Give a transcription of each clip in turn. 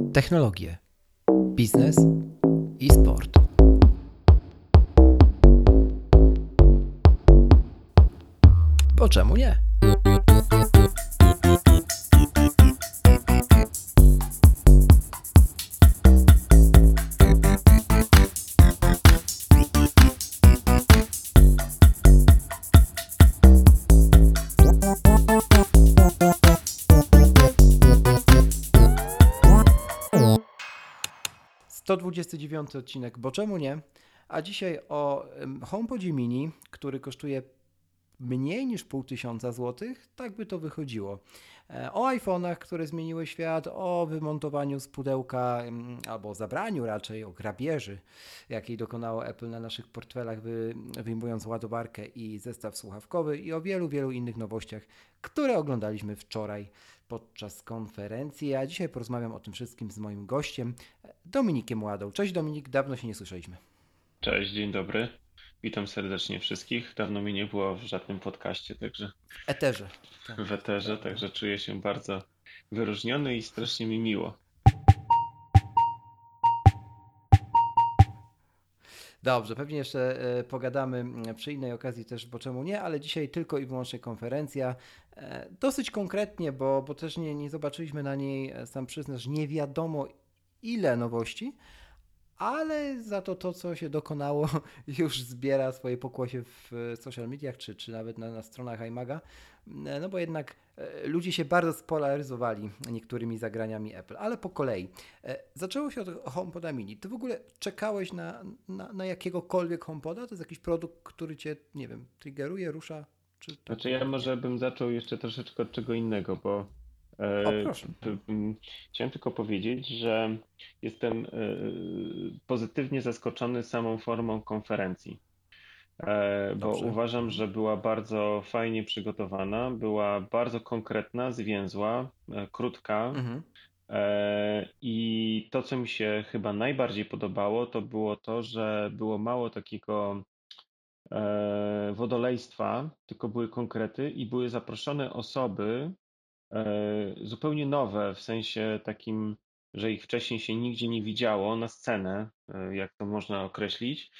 Technologie, biznes i sport. Bo czemu nie? To 29 odcinek, bo czemu nie? A dzisiaj o HomePodzie Mini, który kosztuje mniej niż 500 złotych, tak by to wychodziło. O iPhone'ach, które zmieniły świat, o wymontowaniu z pudełka, albo zabraniu raczej, o grabieży, jakiej dokonało Apple na naszych portfelach, wyjmując ładowarkę i zestaw słuchawkowy i o wielu, wielu innych nowościach, które oglądaliśmy wczoraj podczas konferencji. A dzisiaj porozmawiam o tym wszystkim z moim gościem, Dominikiem Ładą. Cześć Dominik, dawno się nie słyszeliśmy. Cześć, dzień dobry. Witam serdecznie wszystkich. Dawno mi nie było w żadnym podcaście, także W eterze. Tak, w eterze, prawda. także czuję się bardzo wyróżniony i strasznie mi miło. Dobrze, pewnie jeszcze pogadamy przy innej okazji też, bo czemu nie, ale dzisiaj tylko i wyłącznie konferencja. Dosyć konkretnie, bo też nie zobaczyliśmy na niej, sam przyznasz, nie wiadomo ile nowości, ale za to, co się dokonało, już zbiera swoje pokłosie w social mediach, czy nawet na stronach iMaga, no bo jednak ludzie się bardzo spolaryzowali niektórymi zagraniami Apple, ale po kolei. Zaczęło się od HomePoda Mini. Ty w ogóle czekałeś na jakiegokolwiek HomePoda? To jest jakiś produkt, który cię, nie wiem, triggeruje, rusza, czy tak Znaczy ja zupełnie nie? może bym zaczął jeszcze troszeczkę od czego innego, bo O, e, proszę. chciałem tylko powiedzieć, że jestem pozytywnie zaskoczony samą formą konferencji. Bo Dobrze. uważam, Mhm. że była bardzo fajnie przygotowana, była bardzo konkretna, zwięzła, krótka. Mhm. I to, co mi się chyba najbardziej podobało, to było to, że było mało takiego wodolejstwa, tylko były konkrety i były zaproszone osoby zupełnie nowe, w sensie takim, że ich wcześniej się nigdzie nie widziało na scenę, jak to można określić.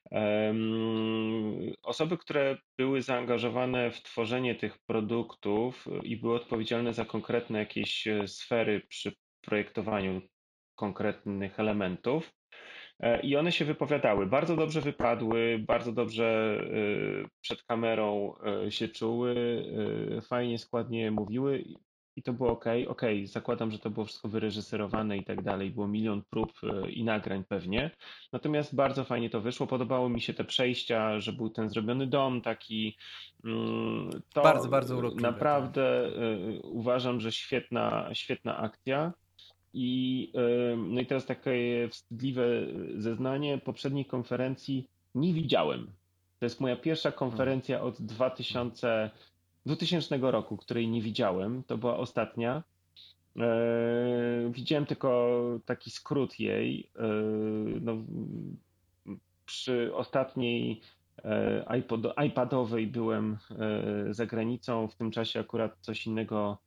Osoby, które były zaangażowane w tworzenie tych produktów i były odpowiedzialne za konkretne jakieś sfery przy projektowaniu konkretnych elementów. I one się wypowiadały. Bardzo dobrze wypadły, bardzo dobrze przed kamerą się czuły, fajnie, składnie mówiły i to było ok. Zakładam, że to było wszystko wyreżyserowane i tak dalej. Było milion prób i nagrań pewnie. Natomiast bardzo fajnie to wyszło. Podobało mi się te przejścia, że był ten zrobiony dom taki. Bardzo, To bardzo urokliwe, tak. naprawdę uważam, że świetna akcja. No i teraz takie wstydliwe zeznanie. Poprzedniej konferencji nie widziałem. To jest moja pierwsza Mhm. konferencja od Mhm. 2000 roku, której nie widziałem. To była ostatnia. Widziałem tylko taki skrót jej. No, przy ostatniej iPadowej byłem za granicą. W tym czasie akurat coś innego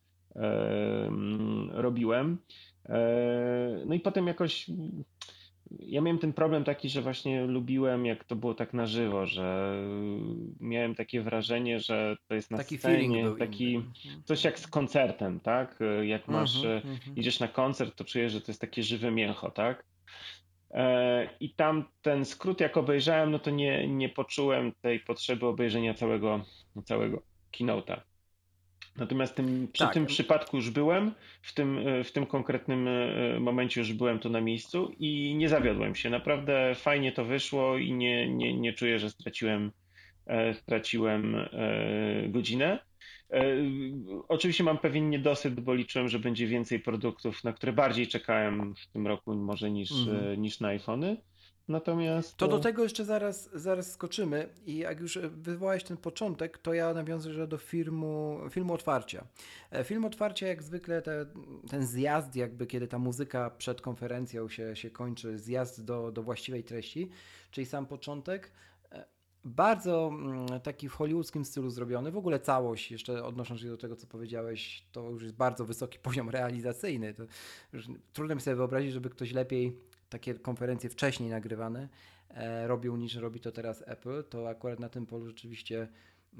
robiłem. No i potem jakoś ja miałem ten problem taki, że właśnie lubiłem, jak to było tak na żywo, że miałem takie wrażenie, że to jest na Taki feeling scenie, był inny. taki Mhm. coś jak z koncertem, tak? Jak masz, Mhm. Mhm. idziesz na koncert, to czujesz, że to jest takie żywe mięcho, tak? I tam ten skrót, jak obejrzałem, no to nie poczułem tej potrzeby obejrzenia całego keynote'a. Natomiast przy Tak, tym przypadku już byłem, w tym konkretnym momencie już byłem tu na miejscu i nie zawiodłem się. Naprawdę fajnie to wyszło i nie czuję, że straciłem godzinę. E, Oczywiście mam pewien niedosyt, bo liczyłem, że będzie więcej produktów, na które bardziej czekałem w tym roku może niż, mhm. niż na iPhony. Natomiast To do tego jeszcze zaraz skoczymy i jak już wywołałeś ten początek, to ja nawiążę do filmu otwarcia. Film otwarcia jak zwykle ten zjazd jakby, kiedy ta muzyka przed konferencją się kończy, zjazd do właściwej treści, czyli sam początek. Bardzo taki w hollywoodzkim stylu zrobiony. W ogóle całość, jeszcze odnosząc się do tego, co powiedziałeś, to już jest bardzo wysoki poziom realizacyjny. To już trudno mi sobie wyobrazić, żeby ktoś lepiej takie konferencje wcześniej nagrywane robił niż robi to teraz Apple. To akurat na tym polu rzeczywiście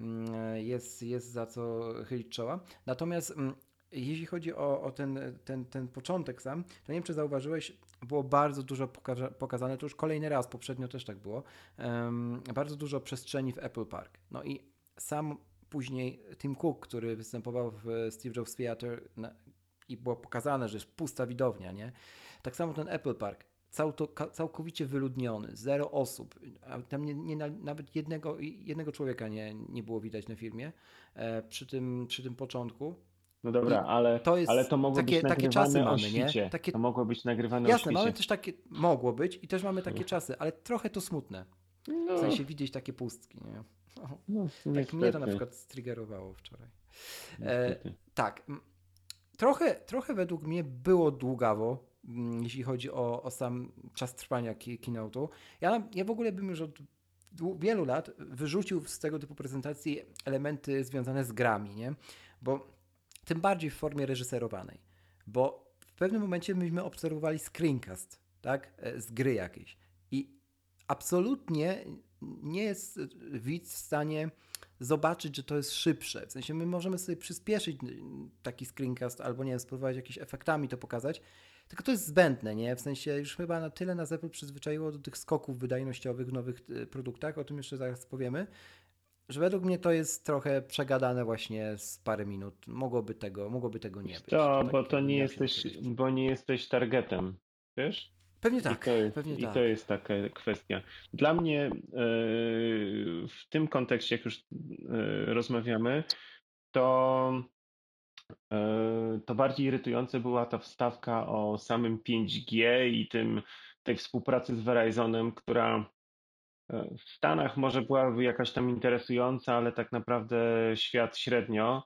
jest za co chylić czoła. Natomiast jeśli chodzi o ten początek sam, to nie wiem, czy zauważyłeś, było bardzo dużo pokazane, to już kolejny raz, poprzednio też tak było, bardzo dużo przestrzeni w Apple Park. No i sam później Tim Cook, który występował w Steve Jobs Theater i było pokazane, że jest pusta widownia, nie? Tak samo ten Apple Park, całkowicie wyludniony, 0 osób, a tam nawet jednego człowieka nie było widać na filmie przy tym początku. No I dobra, to ale jest to mogło być takie czasy nagrywane o mamy, nie? świcie. Takie, To mogło być nagrywane o jasne, mamy świcie. też takie, mogło być i też mamy takie czasy, ale trochę to smutne. W No, sensie widzieć takie pustki, nie? No, no tak mnie to na niestety, przykład striggerowało wczoraj. E, niestety. tak, trochę według mnie było długawo, jeśli chodzi o sam czas trwania keynote'u. Ja w ogóle bym już od wielu lat wyrzucił z tego typu prezentacji elementy związane z grami, nie? Bo tym bardziej w formie reżyserowanej, bo w pewnym momencie myśmy obserwowali screencast, tak, z gry jakiejś i absolutnie nie jest widz w stanie zobaczyć, że to jest szybsze. W sensie my możemy sobie przyspieszyć taki screencast albo nie wiem, spróbować jakimiś efektami to pokazać, tylko to jest zbędne, nie? W sensie już chyba na tyle nas Apple przyzwyczaiło do tych skoków wydajnościowych w nowych produktach, o tym jeszcze zaraz powiemy, że według mnie to jest trochę przegadane właśnie z parę minut. Mogłoby tego nie Wiesz być. To co, tak jakbym ja się do czegoś przyznał. bo nie jesteś targetem, wiesz? Pewnie tak, pewnie I to tak. jest taka kwestia. Dla mnie w tym kontekście, jak już rozmawiamy, to, to bardziej irytujące była ta wstawka o samym 5G i tej współpracy z Verizonem, która w Stanach może byłaby jakaś tam interesująca, ale tak naprawdę świat średnio.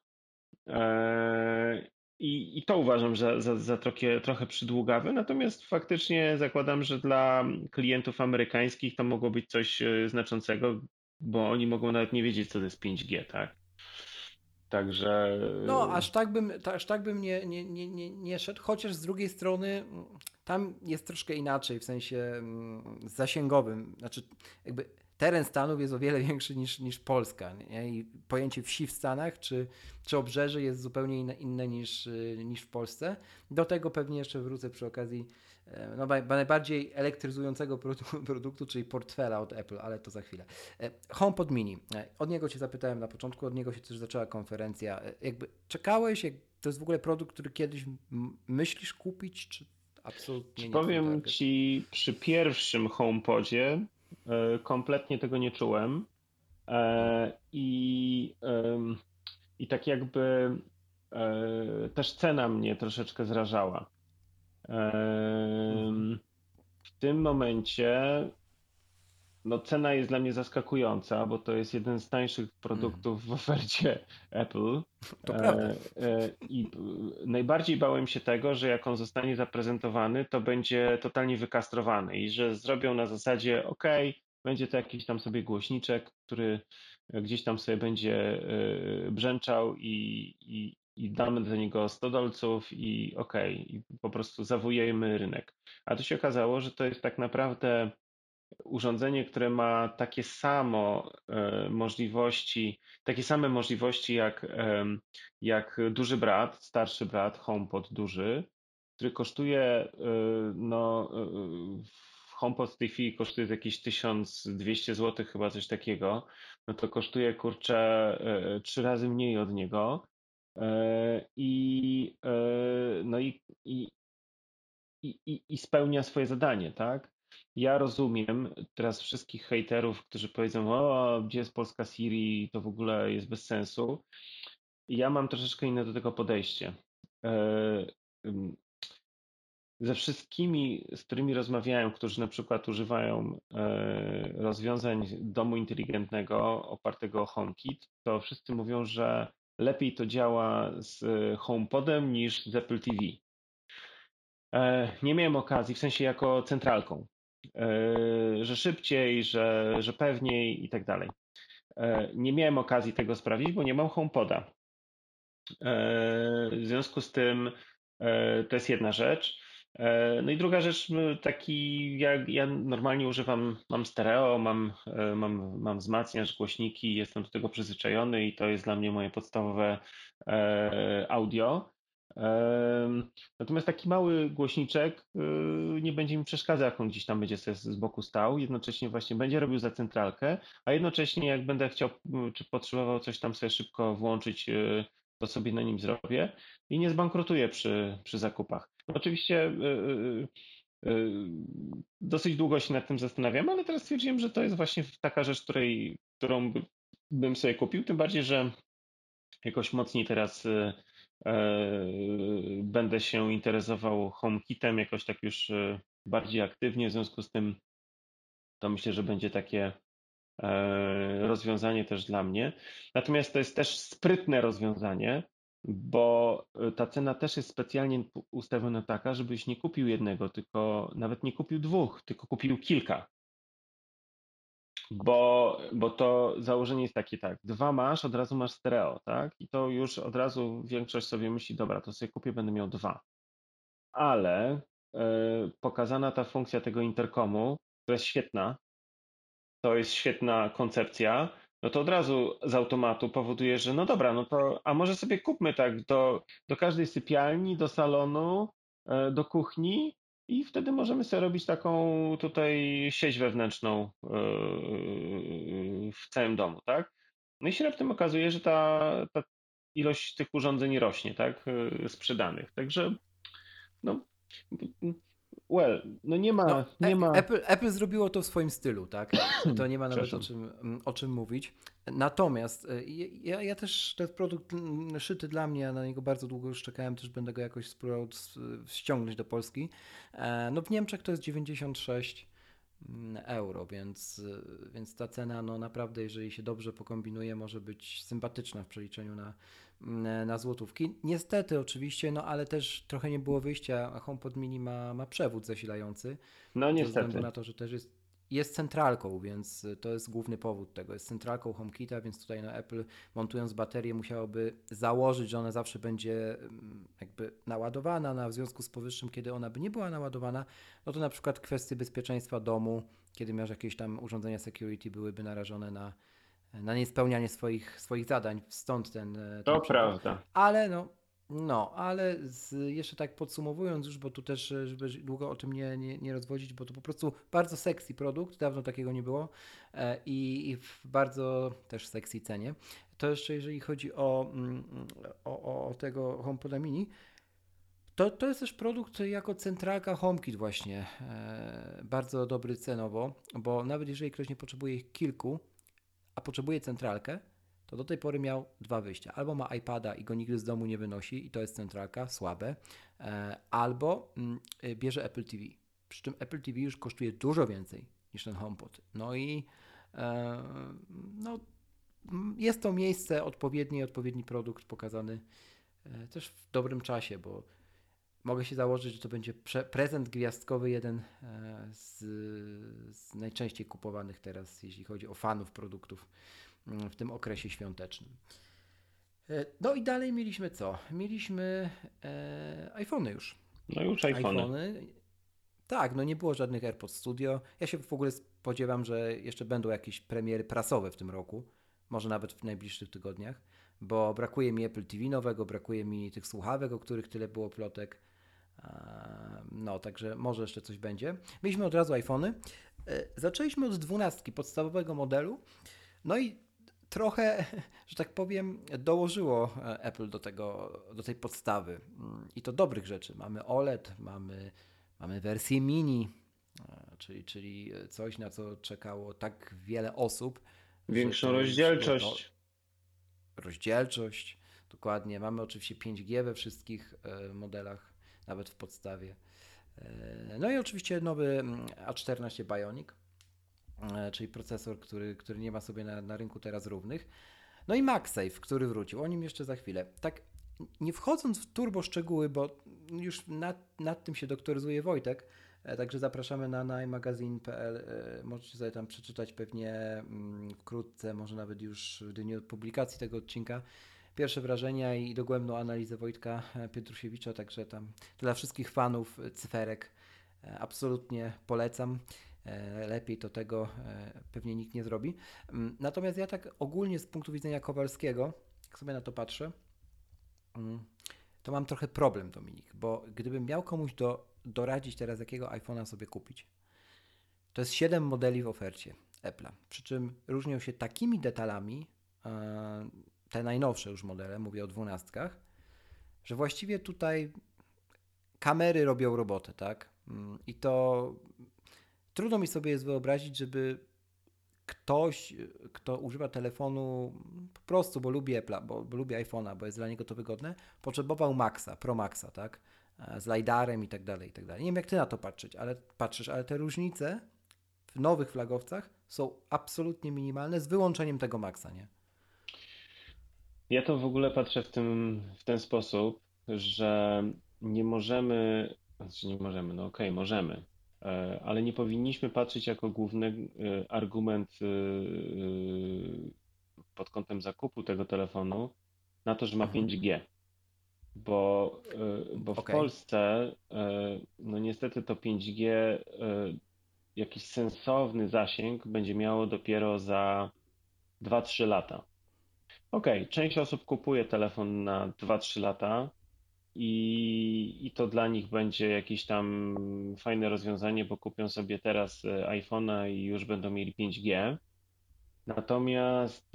I to uważam za trochę przydługawe, natomiast faktycznie zakładam, że dla klientów amerykańskich to mogło być coś znaczącego, bo oni mogą nawet nie wiedzieć, co to jest 5G, tak? Także No, aż tak bym nie szedł, chociaż z drugiej strony tam jest troszkę inaczej, w sensie zasięgowym. Znaczy, jakby teren Stanów jest o wiele większy niż Polska, nie? I pojęcie wsi w Stanach czy obrzeże jest zupełnie inne niż w Polsce. Do tego pewnie jeszcze wrócę przy okazji no, najbardziej elektryzującego produktu, czyli portfela od Apple, ale to za chwilę. HomePod Mini. Od niego Cię zapytałem na początku, od niego się też zaczęła konferencja. Jakby czekałeś, to jest w ogóle produkt, który kiedyś myślisz kupić, czy absolutnie nie Twój powiem target? ci, przy pierwszym HomePodzie kompletnie tego nie czułem Hmm. i i tak jakby też cena mnie troszeczkę zrażała. Mhm. W tym momencie no, cena jest dla mnie zaskakująca, bo to jest jeden z tańszych Mhm. produktów w ofercie Apple. To prawda. I najbardziej bałem się tego, że jak on zostanie zaprezentowany, to będzie totalnie wykastrowany i że zrobią na zasadzie, OK, będzie to jakiś tam sobie głośniczek, który gdzieś tam sobie będzie brzęczał i damy za niego 100 dolców i OK, i po prostu zawujemy rynek. A tu się okazało, że to jest tak naprawdę urządzenie, które ma takie same możliwości jak duży brat, starszy brat, HomePod duży, który kosztuje, no, HomePod w tej chwili kosztuje jakieś 1200 zł, chyba coś takiego, no to kosztuje, kurczę, 3 razy mniej od niego. I, no i spełnia swoje zadanie, tak? Ja rozumiem teraz wszystkich hejterów, którzy powiedzą, o, gdzie jest polska Siri, to w ogóle jest bez sensu. Ja mam troszeczkę inne do tego podejście. E, ym, Ze wszystkimi, z którymi rozmawiałem, którzy na przykład używają rozwiązań domu inteligentnego opartego o HomeKit, to wszyscy mówią, że lepiej to działa z HomePodem niż z Apple TV. Nie miałem okazji, w sensie jako centralką. że szybciej, że pewniej i tak dalej. Nie miałem okazji tego sprawdzić, bo nie mam HomePoda. W związku z tym to jest jedna rzecz. No i druga rzecz, taki ja normalnie używam, mam stereo, mam wzmacniacz, głośniki, jestem do tego przyzwyczajony i to jest dla mnie moje podstawowe audio. Natomiast taki mały głośniczek nie będzie mi przeszkadzał, jak on gdzieś tam będzie sobie z boku stał. Jednocześnie właśnie będzie robił za centralkę, a jednocześnie jak będę chciał czy potrzebował coś tam sobie szybko włączyć, to sobie na nim zrobię i nie zbankrutuję przy zakupach. Oczywiście dosyć długo się nad tym zastanawiam, ale teraz stwierdziłem, że to jest właśnie taka rzecz, którą bym sobie kupił, tym bardziej, że jakoś mocniej teraz będę się interesował HomeKitem jakoś tak już bardziej aktywnie, w związku z tym to myślę, że będzie takie rozwiązanie też dla mnie. Natomiast to jest też sprytne rozwiązanie, bo ta cena też jest specjalnie ustawiona taka, żebyś nie kupił jednego, tylko nawet nie kupił dwóch, tylko kupił kilka. Bo to założenie jest takie, tak, dwa masz, od razu masz stereo, tak? I to już od razu większość sobie myśli, dobra, to sobie kupię, będę miał dwa. Ale pokazana ta funkcja tego interkomu, która jest świetna, to jest świetna koncepcja, no to od razu z automatu powoduje, że no dobra, no to a może sobie kupmy tak do każdej sypialni, do salonu, do kuchni i wtedy możemy sobie robić taką tutaj sieć wewnętrzną w całym domu, tak? No i się raptem okazuje, że ta ilość tych urządzeń rośnie, tak? Sprzedanych. Także no no nie No, ma, nie ma, Apple zrobiło to w swoim stylu, tak? To nie ma nawet przepraszam. o czym mówić. Natomiast ja też ten produkt szyty dla mnie, ja na niego bardzo długo już czekałem, też będę go jakoś spróbował ściągnąć do Polski. No w Niemczech to jest 96 euro, więc ta cena no naprawdę, jeżeli się dobrze pokombinuje, może być sympatyczna w przeliczeniu na złotówki. Niestety oczywiście, no ale też trochę nie było wyjścia, HomePod Mini ma przewód zasilający, No ze względu niestety. na to, że też jest centralką, więc to jest główny powód tego. Jest centralką HomeKita, więc tutaj na Apple montując baterię musiałoby założyć, że ona zawsze będzie jakby naładowana, a w związku z powyższym, kiedy ona by nie była naładowana, no to na przykład kwestie bezpieczeństwa domu, kiedy masz jakieś tam urządzenia security, byłyby narażone na niespełnianie swoich zadań, stąd ten To przewód. prawda. Ale ale jeszcze tak podsumowując już, bo tu też, żeby długo o tym nie rozwodzić, bo to po prostu bardzo sexy produkt, dawno takiego nie było i w bardzo też sexy cenie. To jeszcze jeżeli chodzi o tego HomePoda Mini, to jest też produkt jako centralka HomeKit właśnie, bardzo dobry cenowo, bo nawet jeżeli ktoś nie potrzebuje ich kilku, a potrzebuje centralkę, to do tej pory miał dwa wyjścia. Albo ma iPada i go nigdy z domu nie wynosi i to jest centralka, słabe, albo bierze Apple TV. Przy czym Apple TV już kosztuje dużo więcej niż ten HomePod. No i e, no, jest to miejsce odpowiedni produkt pokazany też w dobrym czasie, bo mogę się założyć, że to będzie prezent gwiazdkowy jeden z najczęściej kupowanych teraz, jeśli chodzi o fanów produktów w tym okresie świątecznym. No i dalej mieliśmy co? Mieliśmy iPhony już. No już iPhony. iPhony. Tak, no nie było żadnych AirPods Studio. Ja się w ogóle spodziewam, że jeszcze będą jakieś premiery prasowe w tym roku. Może nawet w najbliższych tygodniach. Bo brakuje mi Apple TV nowego, brakuje mi tych słuchawek, o których tyle było plotek. No, także może jeszcze coś będzie. Mieliśmy od razu iPhony. Zaczęliśmy od 12 podstawowego modelu. No i trochę, że tak powiem, dołożyło Apple do tej podstawy. I to dobrych rzeczy. Mamy OLED, mamy wersję mini, czyli coś, na co czekało tak wiele osób, że Większą to już było to. rozdzielczość. Rozdzielczość, dokładnie. Mamy oczywiście 5G we wszystkich modelach, nawet w podstawie. No i oczywiście nowy A14 Bionic, czyli procesor, który nie ma sobie na rynku teraz równych. No i MagSafe, który wrócił. O nim jeszcze za chwilę. Tak nie wchodząc w turbo szczegóły, bo już nad tym się doktoryzuje Wojtek, Także zapraszamy na iMagazine.pl. Możecie sobie tam przeczytać pewnie wkrótce, może nawet już w dniu publikacji tego odcinka, pierwsze wrażenia i dogłębną analizę Wojtka Pietrusiewicza, także tam dla wszystkich fanów cyferek absolutnie polecam. Lepiej to tego pewnie nikt nie zrobi. Natomiast ja tak ogólnie z punktu widzenia Kowalskiego, jak sobie na to patrzę, to mam trochę problem, Dominik, bo gdybym miał komuś doradzić teraz, jakiego iPhone'a sobie kupić, to jest 7 modeli w ofercie Apple'a, przy czym różnią się takimi detalami, te najnowsze już modele, mówię o 12, że właściwie tutaj kamery robią robotę, tak? I to trudno mi sobie jest wyobrazić, żeby ktoś, kto używa telefonu po prostu, bo lubi Apple'a, bo lubi iPhone'a, bo jest dla niego to wygodne, potrzebował Maxa, Pro Maxa, tak? Z LiDARem i tak dalej, i tak dalej. Nie wiem, jak ty na to patrzysz, ale te różnice w nowych flagowcach są absolutnie minimalne, z wyłączeniem tego Maxa, nie? Ja to w ogóle patrzę w ten sposób, że nie możemy, znaczy nie możemy, no okej, możemy, ale nie powinniśmy patrzeć jako główny argument pod kątem zakupu tego telefonu na to, że ma Mhm. 5G. Bo w Okej. Polsce, no niestety to 5G, jakiś sensowny zasięg będzie miało dopiero za 2-3 lata. Okej, część osób kupuje telefon na 2-3 lata i to dla nich będzie jakieś tam fajne rozwiązanie, bo kupią sobie teraz iPhone'a i już będą mieli 5G. Natomiast,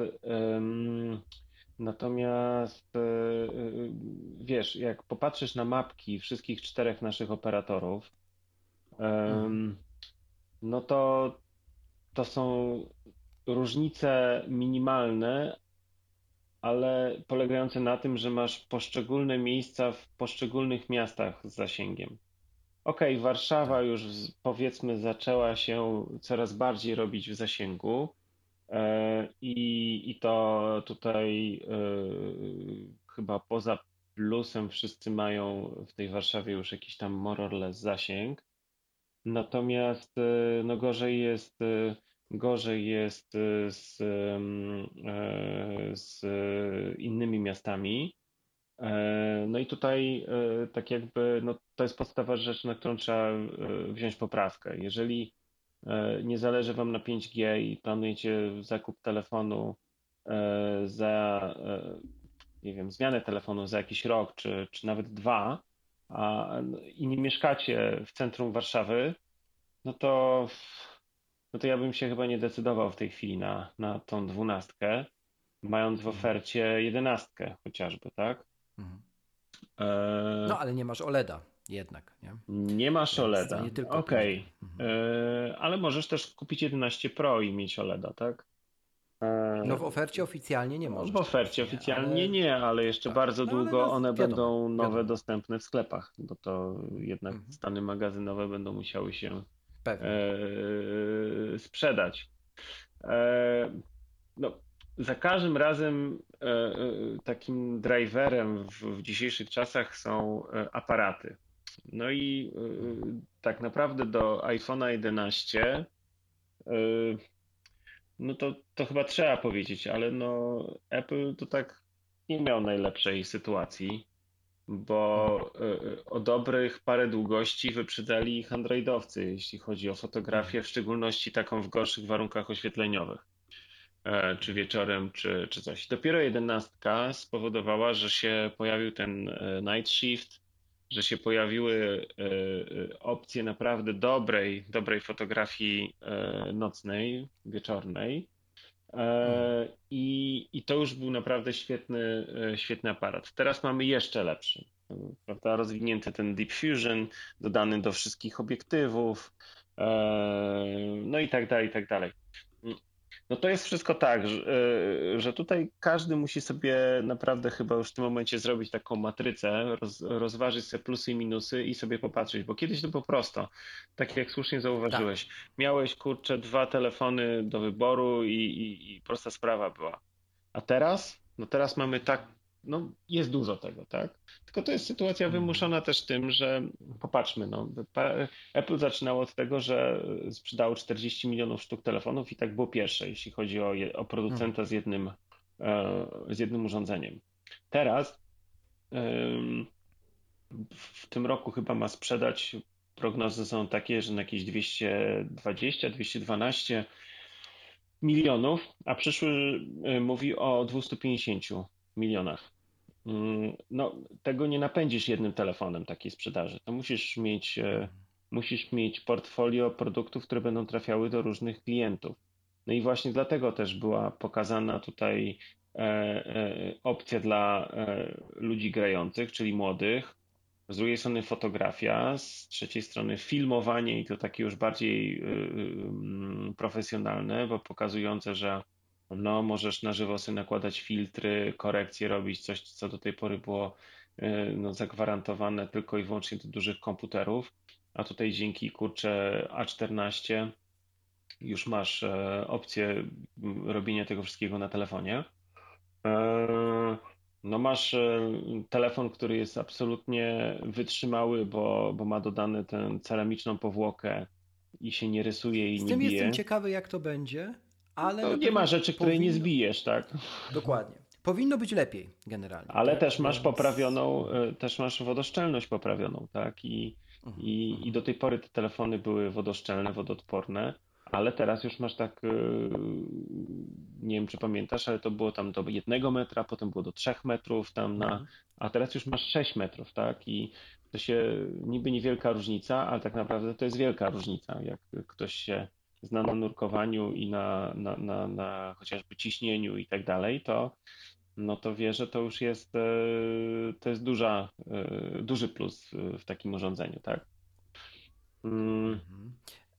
wiesz, jak popatrzysz na mapki wszystkich czterech naszych operatorów, Mhm. em, no to są różnice minimalne, ale polegające na tym, że masz poszczególne miejsca w poszczególnych miastach z zasięgiem. Okej, Warszawa Tak. już powiedzmy zaczęła się coraz bardziej robić w zasięgu i to tutaj chyba poza plusem wszyscy mają w tej Warszawie już jakiś tam more or less zasięg. Natomiast no gorzej jest z innymi miastami. No i tutaj tak jakby no, to jest podstawowa rzecz, na którą trzeba wziąć poprawkę. Jeżeli nie zależy Wam na 5G i planujecie zakup telefonu nie wiem, zmianę telefonu za jakiś rok czy nawet dwa, i nie mieszkacie w centrum Warszawy, no to, no to ja bym się chyba nie decydował w tej chwili na tą 12, mając w Mhm. ofercie 11 chociażby, tak? Mhm. E, No, ale nie masz OLEDa jednak, nie? nie masz Więc to OLEDa, nie tylko 5G. okej. Mhm. Ale możesz też kupić 11 Pro i mieć OLEDa, tak? No E, w ofercie oficjalnie nie no, w możesz teraz, ofercie nie? oficjalnie Ale nie, ale jeszcze tak, bardzo no ale długo no one wiadomo, będą nowe wiadomo. dostępne w sklepach, bo to jednak Mhm. stany magazynowe będą musiały się Pewnie. sprzedać. E, no, za każdym razem takim driverem w dzisiejszych czasach są aparaty. No i Mhm. tak naprawdę do iPhone'a 11 no to chyba trzeba powiedzieć, ale no Apple to tak nie miał najlepszej sytuacji, Mhm. bo o dobrych parę długości wyprzedzali ich androidowcy, jeśli chodzi o Mhm. fotografię, w szczególności taką w gorszych warunkach oświetleniowych, czy wieczorem, czy coś. Dopiero 11 spowodowała, że się pojawił ten night shift, że się pojawiły opcje naprawdę dobrej fotografii nocnej, wieczornej. Mhm. I to już był naprawdę świetny aparat. Teraz mamy jeszcze lepszy, prawda? Rozwinięty ten Deep Fusion, dodany do wszystkich obiektywów, no i tak dalej, i tak dalej. No to jest wszystko tak, że tutaj każdy musi sobie naprawdę chyba już w tym momencie zrobić taką matrycę, rozważyć sobie plusy i minusy i sobie popatrzeć, bo kiedyś to było prosto. Tak jak słusznie Tak. zauważyłeś, miałeś kurczę dwa telefony do wyboru i prosta sprawa była. A teraz? No teraz mamy tak no, jest dużo tego, tak? Tylko to jest sytuacja Mhm. wymuszona też tym, że popatrzmy, no, Apple zaczynało od tego, że sprzedało 40 milionów sztuk telefonów i tak było pierwsze, jeśli chodzi o Mhm. producenta z jednym urządzeniem. Teraz w tym roku chyba ma sprzedać, prognozy są takie, że na jakieś 220, 212 milionów, a przyszły mówi o 250 milionach. No, tego nie napędzisz jednym telefonem takiej sprzedaży. To musisz mieć portfolio produktów, które będą trafiały do różnych klientów. No i właśnie dlatego też była pokazana tutaj opcja dla ludzi grających, czyli młodych. Z drugiej strony fotografia, z trzeciej strony filmowanie i to takie już bardziej profesjonalne, bo pokazujące, że no, możesz na żywo sobie nakładać filtry, korekcje robić, coś co do tej pory było no, zagwarantowane tylko i wyłącznie do dużych komputerów, a tutaj dzięki kurczę A14 już masz opcję robienia tego wszystkiego na telefonie. No masz telefon, który jest absolutnie wytrzymały, bo ma dodane tę ceramiczną powłokę i się nie rysuje i Z nie tym jestem bije. ciekawy, jak to będzie, ale To na nie ma pewno rzeczy, której nie powinno. zbijesz, tak? Dokładnie. Powinno być lepiej generalnie, Ale tak? też masz Więc. poprawioną, też masz wodoszczelność poprawioną, tak? Mhm, I do mhm, tej pory te telefony były wodoszczelne, wodoodporne, ale teraz już masz tak, nie wiem czy pamiętasz, ale to było tam do 1 metra, potem było do 3 metrów, mhm. a teraz już masz 6 metrów, tak? I to się niby niewielka różnica, ale tak naprawdę to jest wielka różnica. Jak ktoś się zna na nurkowaniu i na chociażby ciśnieniu i tak dalej, no to wie, że to już jest, to jest duży plus w takim urządzeniu, tak? Mm, Mhm.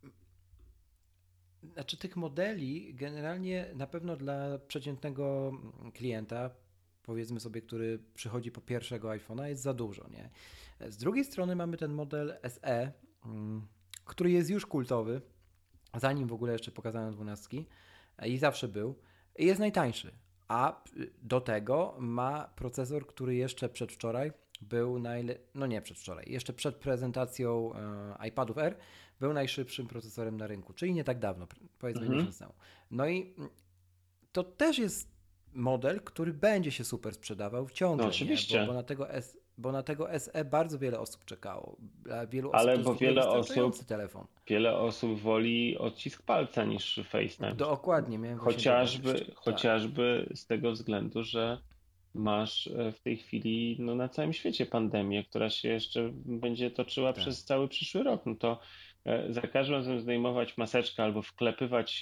Znaczy tych modeli generalnie na pewno dla przeciętnego klienta, powiedzmy sobie, który przychodzi po pierwszego iPhone'a, jest za dużo, nie? Z drugiej strony mamy ten model SE, który jest już kultowy, zanim w ogóle jeszcze pokazano 12 i zawsze był, i jest najtańszy. A do tego ma procesor, który jeszcze przedwczoraj był no nie przedwczoraj, jeszcze przed prezentacją iPadów Air był najszybszym procesorem na rynku, czyli nie tak dawno, powiedzmy mhm. miesiąc temu. No i to też jest model, który będzie się super sprzedawał No ciągle, nie? Bo oczywiście, na tego SE bardzo wiele osób czekało. Dla wielu osób ale to jest bo w ogóle wystarczający telefon. wiele osób woli odcisk palca niż FaceTime. Dokładnie, miałem właśnie dodać jeszcze. Tak, Chociażby z tego względu, że masz w tej chwili no, na całym świecie pandemię, która się jeszcze będzie toczyła tak. przez cały przyszły rok. No to za każdym razem zdejmować maseczkę albo wklepywać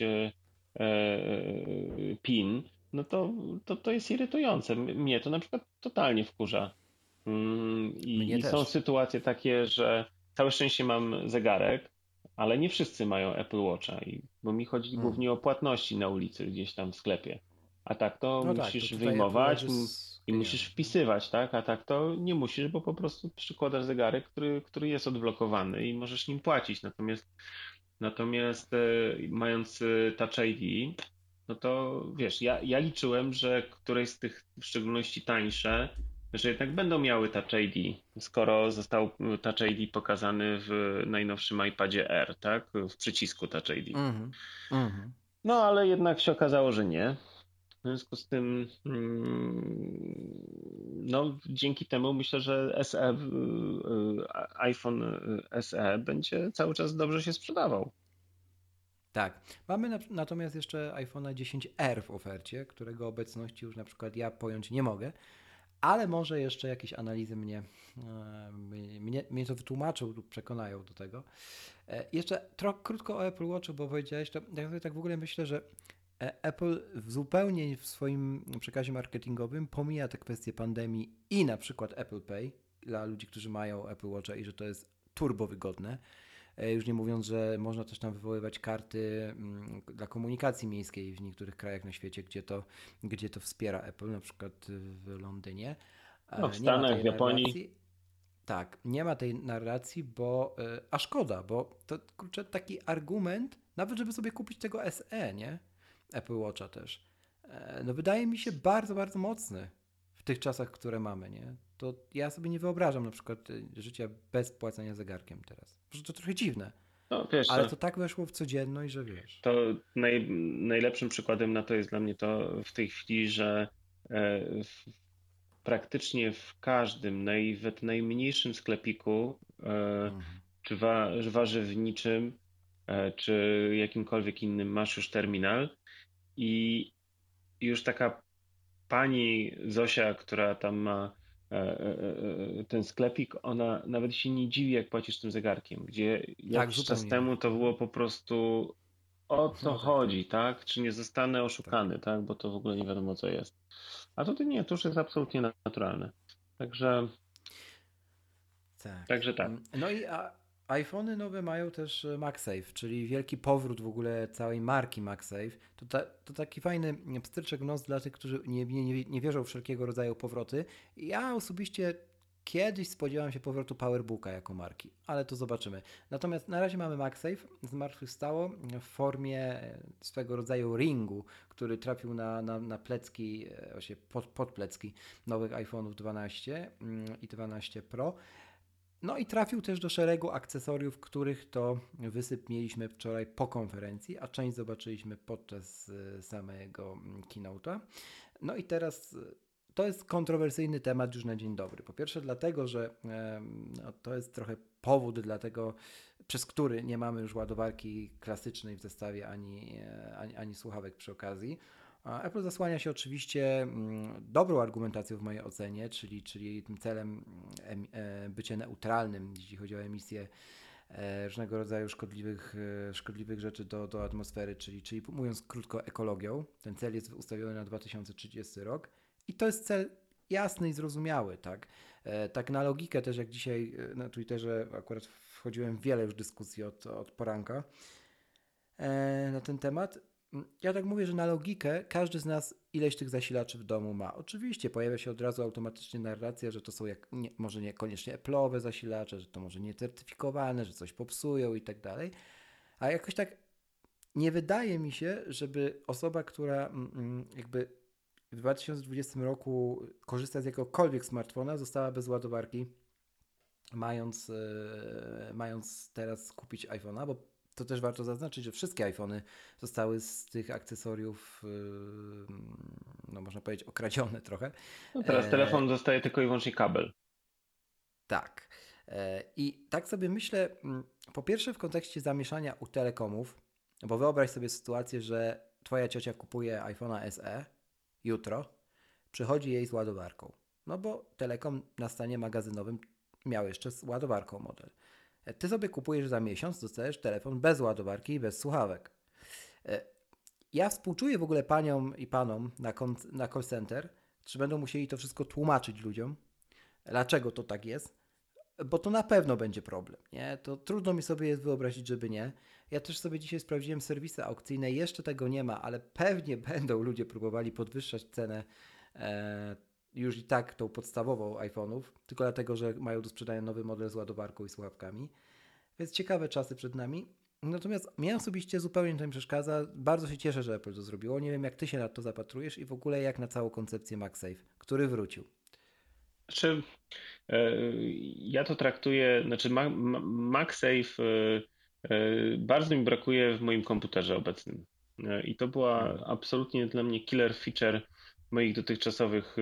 PIN, no to jest irytujące. Mnie to na przykład totalnie wkurza. Mnie I są też. sytuacje takie, że całe szczęście mam zegarek, ale nie wszyscy mają Apple Watcha, bo mi chodzi Mm. głównie o płatności na ulicy, gdzieś tam w sklepie. A tak to No tak, to musisz tutaj Apple Watch wyjmować jest i musisz genialny. wpisywać, tak? A tak to nie musisz, bo po prostu przykładasz zegarek, który jest odblokowany i możesz nim płacić. Natomiast mając Touch ID, no to wiesz, ja liczyłem, że któreś z tych, w szczególności tańsze, że jednak będą miały Touch ID, skoro został Touch ID pokazany w najnowszym iPadzie Air, tak? W przycisku Touch ID. Mhm. Mhm. No ale jednak się okazało, że nie. W związku z tym, no dzięki temu myślę, że iPhone SE będzie cały czas dobrze się sprzedawał. Tak. Mamy natomiast jeszcze iPhone'a 10R w ofercie, którego obecności już na przykład ja pojąć nie mogę, ale może jeszcze jakieś analizy mnie to wytłumaczą lub przekonają do tego. Jeszcze krótko o Apple Watchu, bo powiedziałeś to, ja sobie tak w ogóle myślę, że Apple zupełnie w swoim przekazie marketingowym pomija te kwestie pandemii i na przykład Apple Pay dla ludzi, którzy mają Apple Watcha i że to jest turbo wygodne. Już nie mówiąc, że można też tam wywoływać karty dla komunikacji miejskiej w niektórych krajach na świecie, gdzie to wspiera Apple, na przykład w Londynie. No w Nie ma Stanach, w tej Japonii. narracji. Tak, nie ma tej narracji, a szkoda, bo to kurczę taki argument, nawet żeby sobie kupić tego SE, nie? Apple Watcha też. No wydaje mi się bardzo, bardzo mocny tych czasach, które mamy, nie? To ja sobie nie wyobrażam na przykład życia bez płacenia zegarkiem teraz. Że to trochę dziwne, No wiesz, ale to tak weszło w codzienność, że wiesz. to najlepszym przykładem na to jest dla mnie to w tej chwili, że praktycznie w każdym, nawet najmniejszym sklepiku, Mhm. czy warzywniczym, czy jakimkolwiek innym masz już terminal i już taka pani Zosia, która tam ma ten sklepik, ona nawet się nie dziwi, jak płacisz tym zegarkiem, gdzie Tak, jakiś czas zupełnie nie. temu to było po prostu o co No tak, chodzi, tak? Czy nie zostanę tak. oszukany, tak? Bo to w ogóle nie wiadomo, co jest. A tutaj nie, to już jest absolutnie naturalne. Także, Tak. także tak. No i iPhony nowe mają też MagSafe, czyli wielki powrót w ogóle całej marki MagSafe. To taki fajny pstryczek w nos dla tych, którzy nie wierzą w wszelkiego rodzaju powroty. Ja osobiście kiedyś spodziewałem się powrotu PowerBooka jako marki, ale to zobaczymy. Natomiast na razie mamy MagSafe, zmartwychwstało w formie swego rodzaju ringu, który trafił na plecki, właśnie pod plecki nowych iPhone'ów 12 i 12 Pro. No i trafił też do szeregu akcesoriów, których to wysyp mieliśmy wczoraj po konferencji, a część zobaczyliśmy podczas samego keynote'a. No i teraz to jest kontrowersyjny temat już na dzień dobry. Po pierwsze dlatego, że no, to jest trochę powód dlatego, przez który nie mamy już ładowarki klasycznej w zestawie ani słuchawek przy okazji. Apple zasłania się oczywiście dobrą argumentacją w mojej ocenie, czyli tym celem bycia neutralnym, jeśli chodzi o emisję różnego rodzaju szkodliwych rzeczy do atmosfery, czyli mówiąc krótko ekologią. Ten cel jest ustawiony na 2030 rok i to jest cel jasny i zrozumiały, tak? Tak na logikę też, jak dzisiaj na Twitterze akurat wchodziłem w wiele już dyskusji od poranka na ten temat. Ja tak mówię, że na logikę każdy z nas ileś tych zasilaczy w domu ma. Oczywiście pojawia się od razu automatycznie narracja, że to są może niekoniecznie Apple'owe zasilacze, że to może niecertyfikowane, że coś popsują i tak dalej. A jakoś tak nie wydaje mi się, żeby osoba, która jakby w 2020 roku korzysta z jakiegokolwiek smartfona, została bez ładowarki, mając teraz kupić iPhone'a, bo to też warto zaznaczyć, że wszystkie iPhony zostały z tych akcesoriów, no można powiedzieć, okradzione trochę. No teraz E, telefon dostaje tylko i wyłącznie kabel. tak. I tak sobie myślę, po pierwsze w kontekście zamieszania u telekomów, bo wyobraź sobie sytuację, że twoja ciocia kupuje iPhone'a SE jutro, przychodzi jej z ładowarką. No bo Telekom na stanie magazynowym miał jeszcze z ładowarką model. Ty sobie kupujesz za miesiąc, dostajesz telefon bez ładowarki i bez słuchawek. Ja współczuję w ogóle paniom i panom na call center, czy będą musieli to wszystko tłumaczyć ludziom, dlaczego to tak jest, bo to na pewno będzie problem, nie? To trudno mi sobie jest wyobrazić, żeby nie. Ja też sobie dzisiaj sprawdziłem serwisy aukcyjne, jeszcze tego nie ma, ale pewnie będą ludzie próbowali podwyższać cenę już i tak tą podstawową iPhone'ów, tylko dlatego, że mają do sprzedania nowy model z ładowarką i słuchawkami. Więc ciekawe czasy przed nami. Natomiast mnie osobiście zupełnie to nie przeszkadza. Bardzo się cieszę, że Apple to zrobiło. Nie wiem, jak ty się na to zapatrujesz i w ogóle jak na całą koncepcję MagSafe, który wrócił. Znaczy, e, ja to traktuję, znaczy MagSafe bardzo mi brakuje w moim komputerze obecnym. I to była Mhm. absolutnie dla mnie killer feature moich dotychczasowych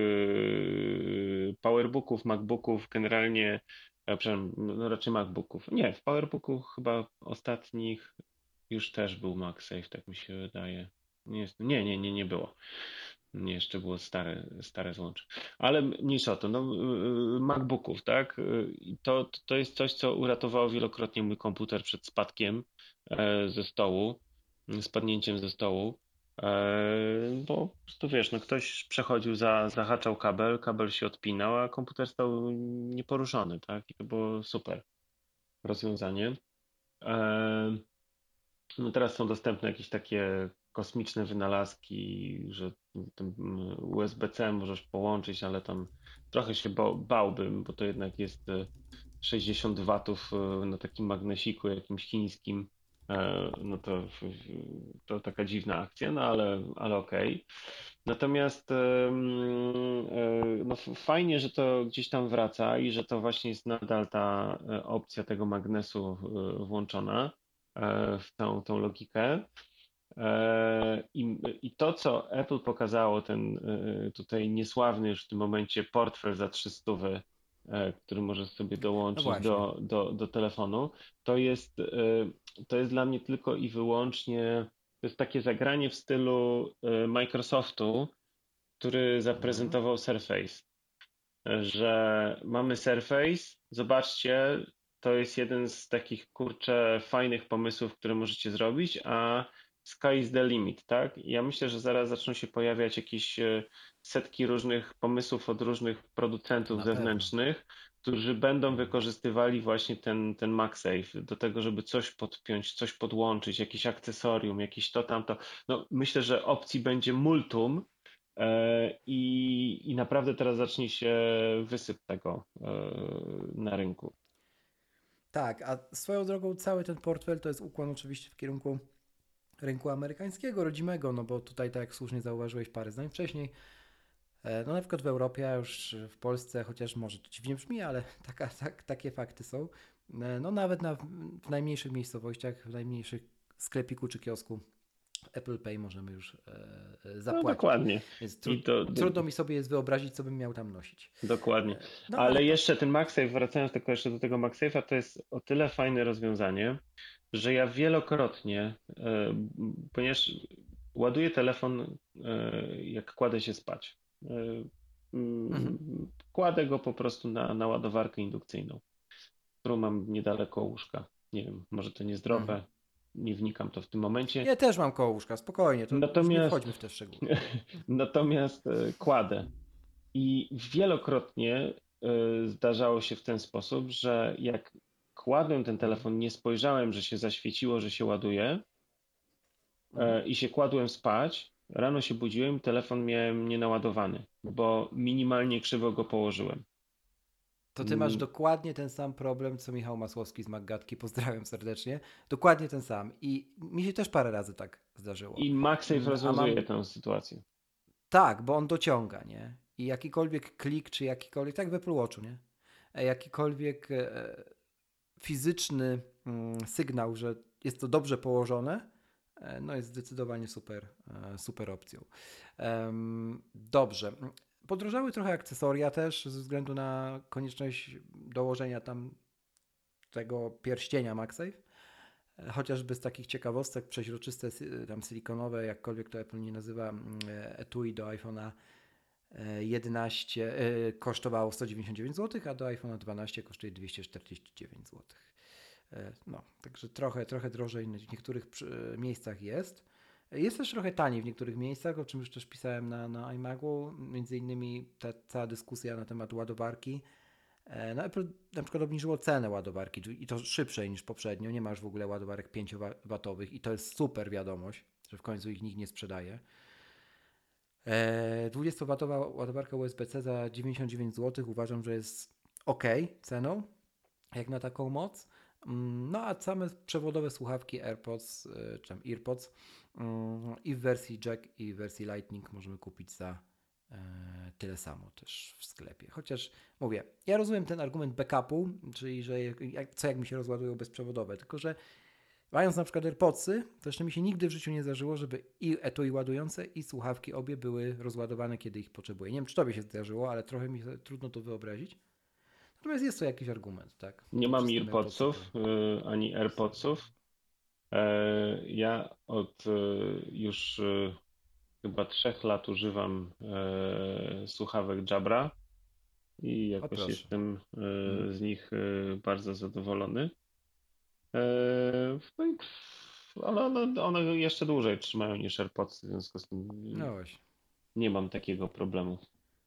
powerbooków, MacBooków, generalnie, przepraszam, no raczej MacBooków. Nie, w powerbooku chyba ostatnich już też był MagSafe, tak mi się wydaje. Nie było. Nie, jeszcze było stare złącze. Ale mniejsza o to, no, MacBooków, tak? To jest coś, co uratowało wielokrotnie mój komputer przed spadkiem ze stołu, spadnięciem ze stołu. Bo po prostu wiesz, no ktoś przechodził, zahaczał kabel się odpinał, a komputer stał nieporuszony, tak? I to było super rozwiązanie. E, no teraz są dostępne jakieś takie kosmiczne wynalazki, że tym USB-C możesz połączyć, ale tam trochę się bałbym, bo to jednak jest 60 watów na takim magnesiku jakimś chińskim. No to taka dziwna akcja, no ale okej. Natomiast no fajnie, że to gdzieś tam wraca i że to właśnie jest nadal ta opcja tego magnesu włączona w tą logikę. I to, co Apple pokazało, ten tutaj niesławny już w tym momencie portfel za 300, który możesz sobie No dołączyć właśnie. do telefonu, to jest, to jest dla mnie tylko i wyłącznie, to jest takie zagranie w stylu Microsoftu, który Mhm. zaprezentował Surface, że mamy Surface, zobaczcie, to jest jeden z takich kurczę fajnych pomysłów, które możecie zrobić, a sky is the limit, tak? Ja myślę, że zaraz zaczną się pojawiać jakieś setki różnych pomysłów od różnych To producentów na pewno. zewnętrznych, którzy będą Mhm. wykorzystywali właśnie ten MagSafe do tego, żeby coś podpiąć, coś podłączyć, jakieś akcesorium, jakieś to tamto. No, myślę, że opcji będzie multum. I naprawdę teraz zacznie się wysyp tego na rynku. Tak, a swoją drogą cały ten portfel to jest ukłon oczywiście w kierunku rynku amerykańskiego, rodzimego, no bo tutaj, tak jak słusznie zauważyłeś parę zdań wcześniej, no na przykład w Europie, a już w Polsce, chociaż może to dziwnie brzmi, ale takie fakty są, no nawet w najmniejszych miejscowościach, w najmniejszych sklepiku czy kiosku Apple Pay możemy już No zapłacić. dokładnie. Więc I to trudno mi sobie jest wyobrazić, co bym miał tam nosić. dokładnie. No ale Ale tak. jeszcze ten MagSafe, wracając tylko jeszcze do tego MagSafe'a, to jest o tyle fajne rozwiązanie, że ja wielokrotnie, ponieważ ładuję telefon, jak kładę się spać. Mhm. Kładę go po prostu na ładowarkę indukcyjną, którą mam niedaleko łóżka. Nie wiem, może to Mhm. niezdrowe, nie wnikam to w tym momencie. Ja też mam koło łóżka, spokojnie, to już nie Natomiast, wchodźmy w te szczegóły. natomiast kładę. I wielokrotnie zdarzało się w ten sposób, że jak kładłem ten Mhm. telefon, nie spojrzałem, że się zaświeciło, że się ładuje Mhm. i się kładłem spać, rano się budziłem, telefon miałem nienaładowany, bo minimalnie krzywo go położyłem. To ty masz Mm, dokładnie ten sam problem, co Michał Masłowski z Maggatki. Pozdrawiam serdecznie. Dokładnie ten sam. I mi się też parę razy tak zdarzyło. I MagSafe A rozwiązuje mam tę sytuację. tak, bo on dociąga, nie? I jakikolwiek klik, czy jakikolwiek, tak w Apple Watchu, nie? Jakikolwiek fizyczny sygnał, że jest to dobrze położone, no jest zdecydowanie super opcją. Dobrze. Podrożały trochę akcesoria też ze względu na konieczność dołożenia tam tego pierścienia MagSafe. Chociażby z takich ciekawostek przeźroczyste, tam silikonowe, jakkolwiek to Apple nie nazywa, etui do iPhone'a 11 kosztowało 199 zł, a do iPhone'a 12 kosztuje 249 zł. No, także trochę drożej w niektórych miejscach jest. Jest też trochę taniej w niektórych miejscach, o czym już też pisałem na iMagu. Między innymi ta cała dyskusja na temat ładowarki. No Apple na przykład obniżyło cenę ładowarki i to szybszej niż poprzednio. Nie ma już w ogóle ładowarek 5W i to jest super wiadomość, że w końcu ich nikt nie sprzedaje. 20W ładowarka USB-C za 99 zł uważam, że jest ok ceną, jak na taką moc. No a same przewodowe słuchawki AirPods, czy tam EarPods i w wersji jack i w wersji Lightning możemy kupić za tyle samo też w sklepie. Chociaż mówię, ja rozumiem ten argument backupu, czyli że jak mi się rozładują bezprzewodowe, tylko że mając na przykład AirPodsy, to jeszcze mi się nigdy w życiu nie zdarzyło, żeby i etui ładujące i słuchawki obie były rozładowane, kiedy ich potrzebuję. Nie wiem, czy tobie się zdarzyło, ale trochę mi trudno to wyobrazić. Natomiast jest to jakiś argument, tak? Nie Nie mam wszystkim AirPodsy to AirPodsów ani AirPodsów. Ja od już chyba 3 lat używam słuchawek Jabra i o jakoś proszę. jestem Mhm. z nich bardzo zadowolony. No i one jeszcze dłużej trzymają niż AirPodsy, w związku z tym No właśnie. nie mam takiego problemu.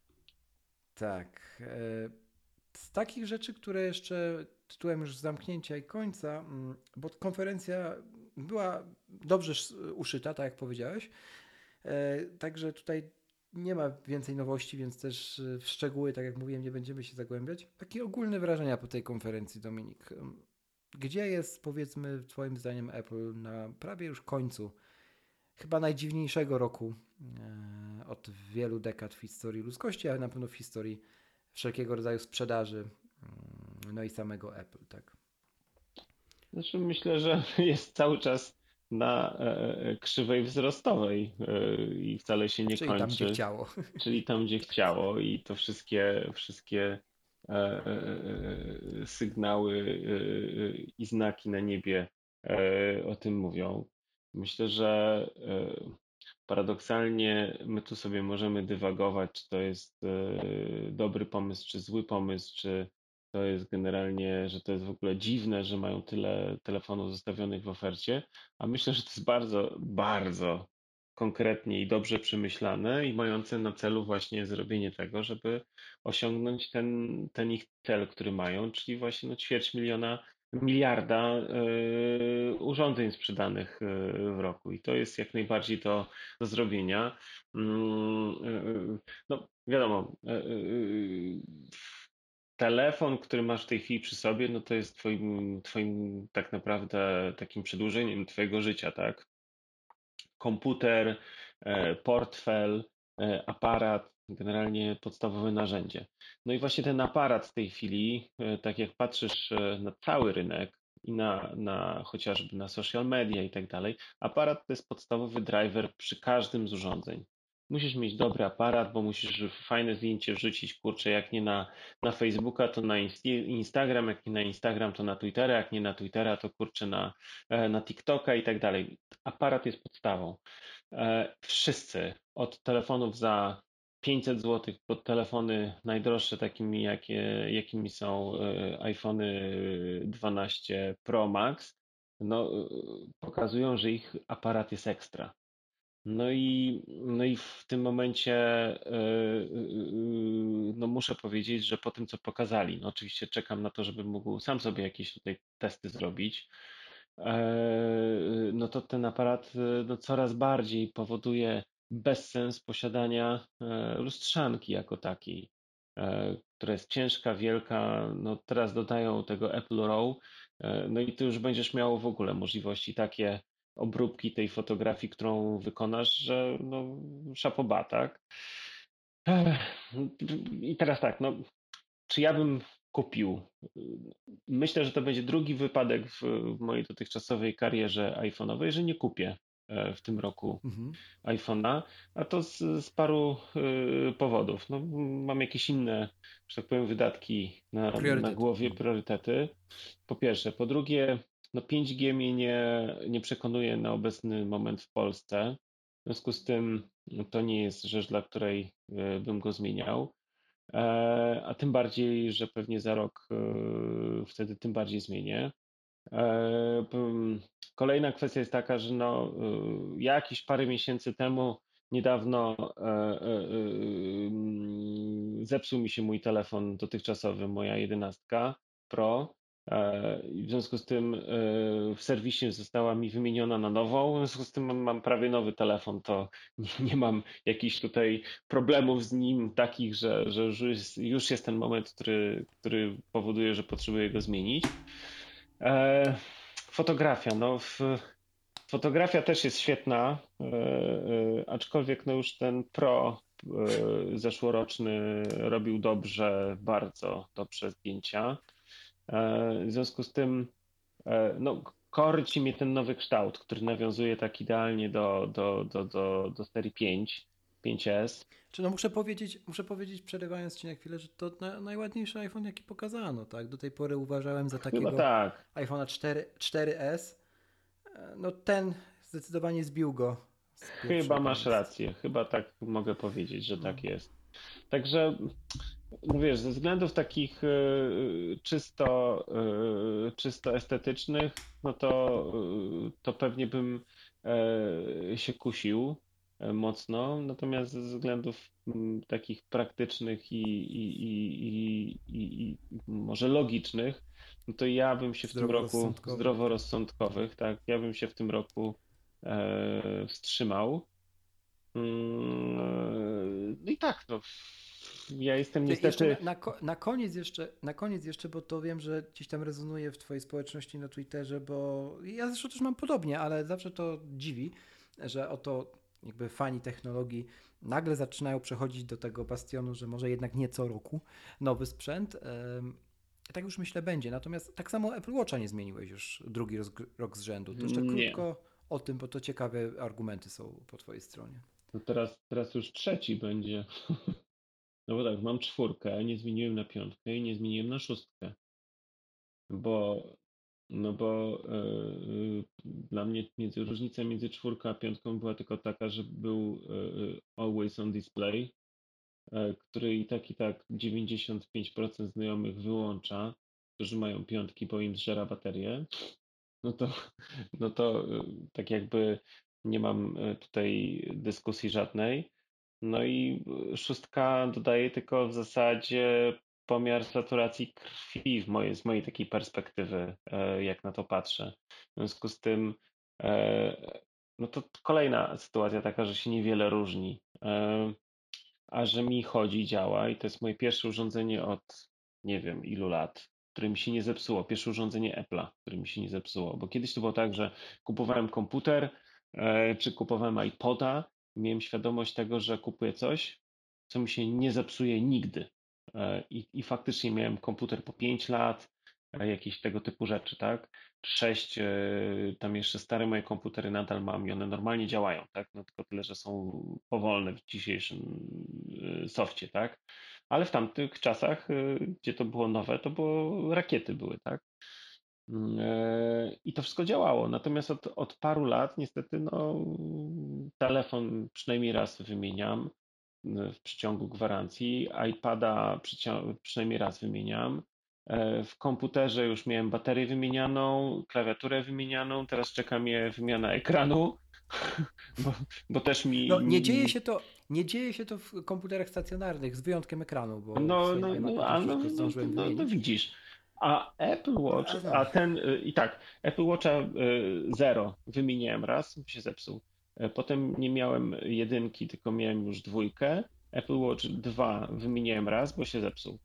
Tak. Z takich rzeczy, które jeszcze tytułem już zamknięcia i końca, bo konferencja była dobrze uszyta, tak jak powiedziałeś. Także tutaj nie ma więcej nowości, więc też w szczegóły, tak jak mówiłem, nie będziemy się zagłębiać. Takie ogólne wrażenia po tej konferencji, Dominik. Gdzie jest, powiedzmy, Twoim zdaniem Apple na prawie już końcu chyba najdziwniejszego roku od wielu dekad w historii ludzkości, ale na pewno w historii wszelkiego rodzaju sprzedaży, no i samego Apple, tak? Znaczy myślę, że jest cały czas na krzywej wzrostowej i wcale się nie Czyli tam, gdzie kończy, chciało. czyli tam, gdzie chciało i to wszystkie sygnały i znaki na niebie o tym mówią. Myślę, że paradoksalnie my tu sobie możemy dywagować, czy to jest dobry pomysł, czy zły pomysł, czy to jest generalnie, że to jest w ogóle dziwne, że mają tyle telefonów zostawionych w ofercie, a myślę, że to jest bardzo, bardzo konkretnie i dobrze przemyślane i mające na celu właśnie zrobienie tego, żeby osiągnąć ten ich cel, który mają, czyli właśnie no ćwierć miliona, miliarda urządzeń sprzedanych w roku. I to jest jak najbardziej do zrobienia. No wiadomo, telefon, który masz w tej chwili przy sobie, no to jest twoim tak naprawdę takim przedłużeniem twojego życia, tak? Komputer, portfel, aparat, generalnie podstawowe narzędzie. No i właśnie ten aparat w tej chwili, tak jak patrzysz na cały rynek i na chociażby na social media i tak dalej, aparat to jest podstawowy driver przy każdym z urządzeń. Musisz mieć dobry aparat, bo musisz fajne zdjęcie wrzucić, kurczę, jak nie na Facebooka, to na Instagram, jak nie na Instagram, to na Twittera, jak nie na Twittera, to kurczę na TikToka i tak dalej. Aparat jest podstawą. Wszyscy, od telefonów za 500 zł po telefony najdroższe, jakimi są iPhony 12 Pro Max, no, pokazują, że ich aparat jest ekstra. No i w tym momencie no muszę powiedzieć, że po tym, co pokazali, no oczywiście czekam na to, żebym mógł sam sobie jakieś tutaj testy zrobić, no to ten aparat no coraz bardziej powoduje bezsens posiadania lustrzanki jako takiej, która jest ciężka, wielka. No teraz dodają tego Apple RAW, no i ty już będziesz miał w ogóle możliwości takie obróbki tej fotografii, którą wykonasz, że no szapoba, tak? Ech, I teraz tak, no czy ja bym kupił? Myślę, że to będzie drugi wypadek w mojej dotychczasowej karierze iPhone'owej, że nie kupię w tym roku Mhm. iPhone'a, a to z paru powodów. No, mam jakieś inne, że tak powiem, wydatki na Priorytet. głowie, Mhm. priorytety. Po pierwsze. Po drugie, no 5G mnie nie przekonuje na obecny moment w Polsce. W związku z tym to nie jest rzecz, dla której bym go zmieniał. A tym bardziej, że pewnie za rok wtedy tym bardziej zmienię. Kolejna kwestia jest taka, że no, jakieś parę miesięcy temu niedawno zepsuł mi się mój telefon dotychczasowy, moja 11 Pro. I w związku z tym w serwisie została mi wymieniona na nową. W związku z tym mam prawie nowy telefon, to nie mam jakichś tutaj problemów z nim takich, że już jest ten moment, który powoduje, że potrzebuję go zmienić. Fotografia, no fotografia też jest świetna, aczkolwiek no już ten Pro zeszłoroczny robił dobrze, bardzo dobrze zdjęcia. W związku z tym no, korci mnie ten nowy kształt, który nawiązuje tak idealnie do serii 5, 5S. Czy no muszę powiedzieć, przerywając ci na chwilę, że to najładniejszy iPhone, jaki pokazano, tak? Do tej pory uważałem za Chyba takiego tak. iPhone'a 4S. No ten zdecydowanie zbił go z Chyba pierwszego masz miejsca. rację. Chyba tak mogę powiedzieć, że No. tak jest. Także no wiesz, ze względów takich czysto estetycznych, no to pewnie bym się kusił mocno, natomiast ze względów takich praktycznych i może logicznych, no to ja bym się w tym roku, Zdroworozsądkowych, tak. zdroworozsądkowych, tak, ja bym się w tym roku wstrzymał. No i tak, no. Ja jestem Jeszcze niestety. na koniec jeszcze, bo to wiem, że gdzieś tam rezonuje w twojej społeczności na Twitterze, bo ja zresztą też mam podobnie, ale zawsze to dziwi, że oto jakby fani technologii nagle zaczynają przechodzić do tego bastionu, że może jednak nie co roku nowy sprzęt. Tak już myślę będzie. Natomiast tak samo Apple Watcha nie zmieniłeś już drugi rok z rzędu. To jeszcze Nie. krótko o tym, bo to ciekawe argumenty są po twojej stronie. To teraz już trzeci będzie. No bo tak, mam czwórkę, nie zmieniłem na piątkę i nie zmieniłem na szóstkę, bo no bo dla mnie różnica między czwórką a piątką była tylko taka, że był always on display, który i tak 95% znajomych wyłącza, którzy mają piątki, bo im zżera baterię. No to, no to tak jakby nie mam tutaj dyskusji żadnej. No i szóstka dodaje tylko w zasadzie pomiar saturacji krwi z mojej takiej perspektywy, jak na to patrzę. W związku z tym, e, no to kolejna sytuacja taka, że się niewiele różni. A że mi chodzi, działa i to jest moje pierwsze urządzenie od nie wiem ilu lat, które mi się nie zepsuło. Pierwsze urządzenie Apple'a, które mi się nie zepsuło. Bo kiedyś to było tak, że kupowałem komputer czy kupowałem iPoda i miałem świadomość tego, że kupuję coś, co mi się nie zepsuje nigdy. I faktycznie miałem komputer po 5 lat, jakieś tego typu rzeczy, tak? 6, tam jeszcze stare moje komputery nadal mam i one normalnie działają, tak? No tylko tyle, że są powolne w dzisiejszym softie, tak? Ale w tamtych czasach, gdzie to było nowe, to było rakiety były, tak? I to wszystko działało. Natomiast od paru lat niestety no, telefon przynajmniej raz wymieniam w przeciągu gwarancji, iPada przynajmniej raz wymieniam. W komputerze już miałem baterię wymienianą, klawiaturę wymienianą, teraz czeka mnie wymiana ekranu, bo, bo też No, nie dzieje się to w komputerach stacjonarnych, z wyjątkiem ekranu, bo w swoim iMacu to wszystko zdążyłem no wymienić. widzisz. A Apple Watch, A a tam. ten i tak, Apple Watcha Zero wymieniłem raz, się zepsuł. Potem nie miałem jedynki, tylko miałem już dwójkę. Apple Watch 2 wymieniłem raz, bo się zepsuł.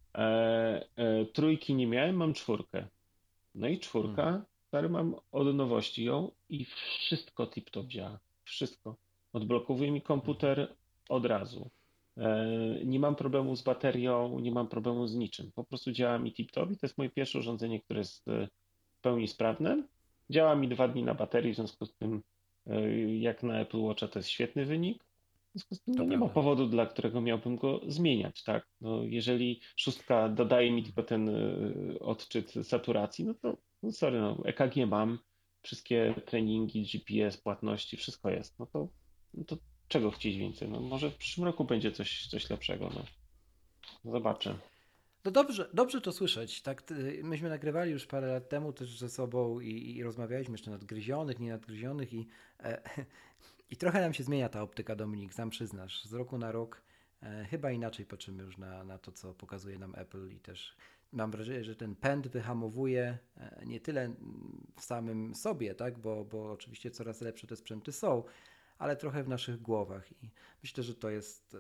Trójki nie miałem, mam czwórkę. No i Mhm. czwórka, stary, mam od nowości ją i wszystko tip-top działa. Wszystko. Odblokowuje mi Mhm. komputer od razu. Nie mam problemu z baterią, nie mam problemu z niczym. Po prostu działa mi tip-top i to jest moje pierwsze urządzenie, które jest w pełni sprawne. Działa mi 2 dni na baterii, w związku z tym jak na Apple Watcha to jest świetny wynik. W związku z tym To no, nie ma prawda. powodu, dla którego miałbym go zmieniać, tak? No, jeżeli szóstka dodaje mi tylko ten odczyt saturacji, no to no sorry, no, EKG mam, wszystkie treningi, GPS, płatności, wszystko jest. No to czego chcieć więcej? No może w przyszłym roku będzie coś lepszego, no. Zobaczę. No dobrze, dobrze to słyszeć. Tak, myśmy nagrywali już parę lat temu też ze sobą i rozmawialiśmy jeszcze nadgryzionych, nienadgryzionych e, i trochę nam się zmienia ta optyka, Dominik, sam przyznasz. Z roku na rok chyba inaczej patrzymy już na to, co pokazuje nam Apple i też mam wrażenie, że ten pęd wyhamowuje nie tyle w samym sobie, tak, bo oczywiście coraz lepsze te sprzęty są, ale trochę w naszych głowach i myślę, że to jest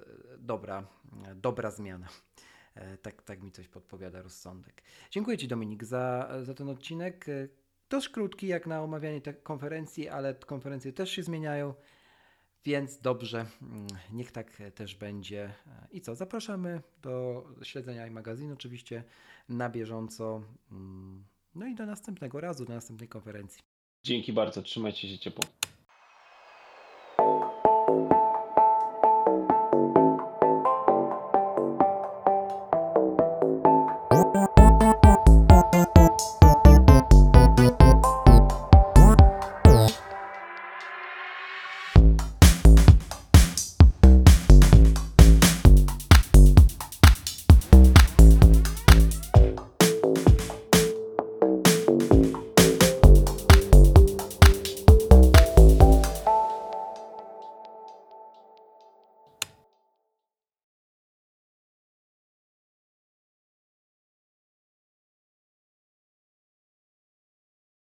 dobra zmiana. Tak mi coś podpowiada rozsądek. Dziękuję Ci, Dominik, za ten odcinek. Dość krótki jak na omawianie tej konferencji, ale konferencje też się zmieniają, więc dobrze, niech tak też będzie. I co, zapraszamy do śledzenia iMagazine oczywiście na bieżąco. No i do następnego razu, do następnej konferencji. Dzięki bardzo, trzymajcie się ciepło.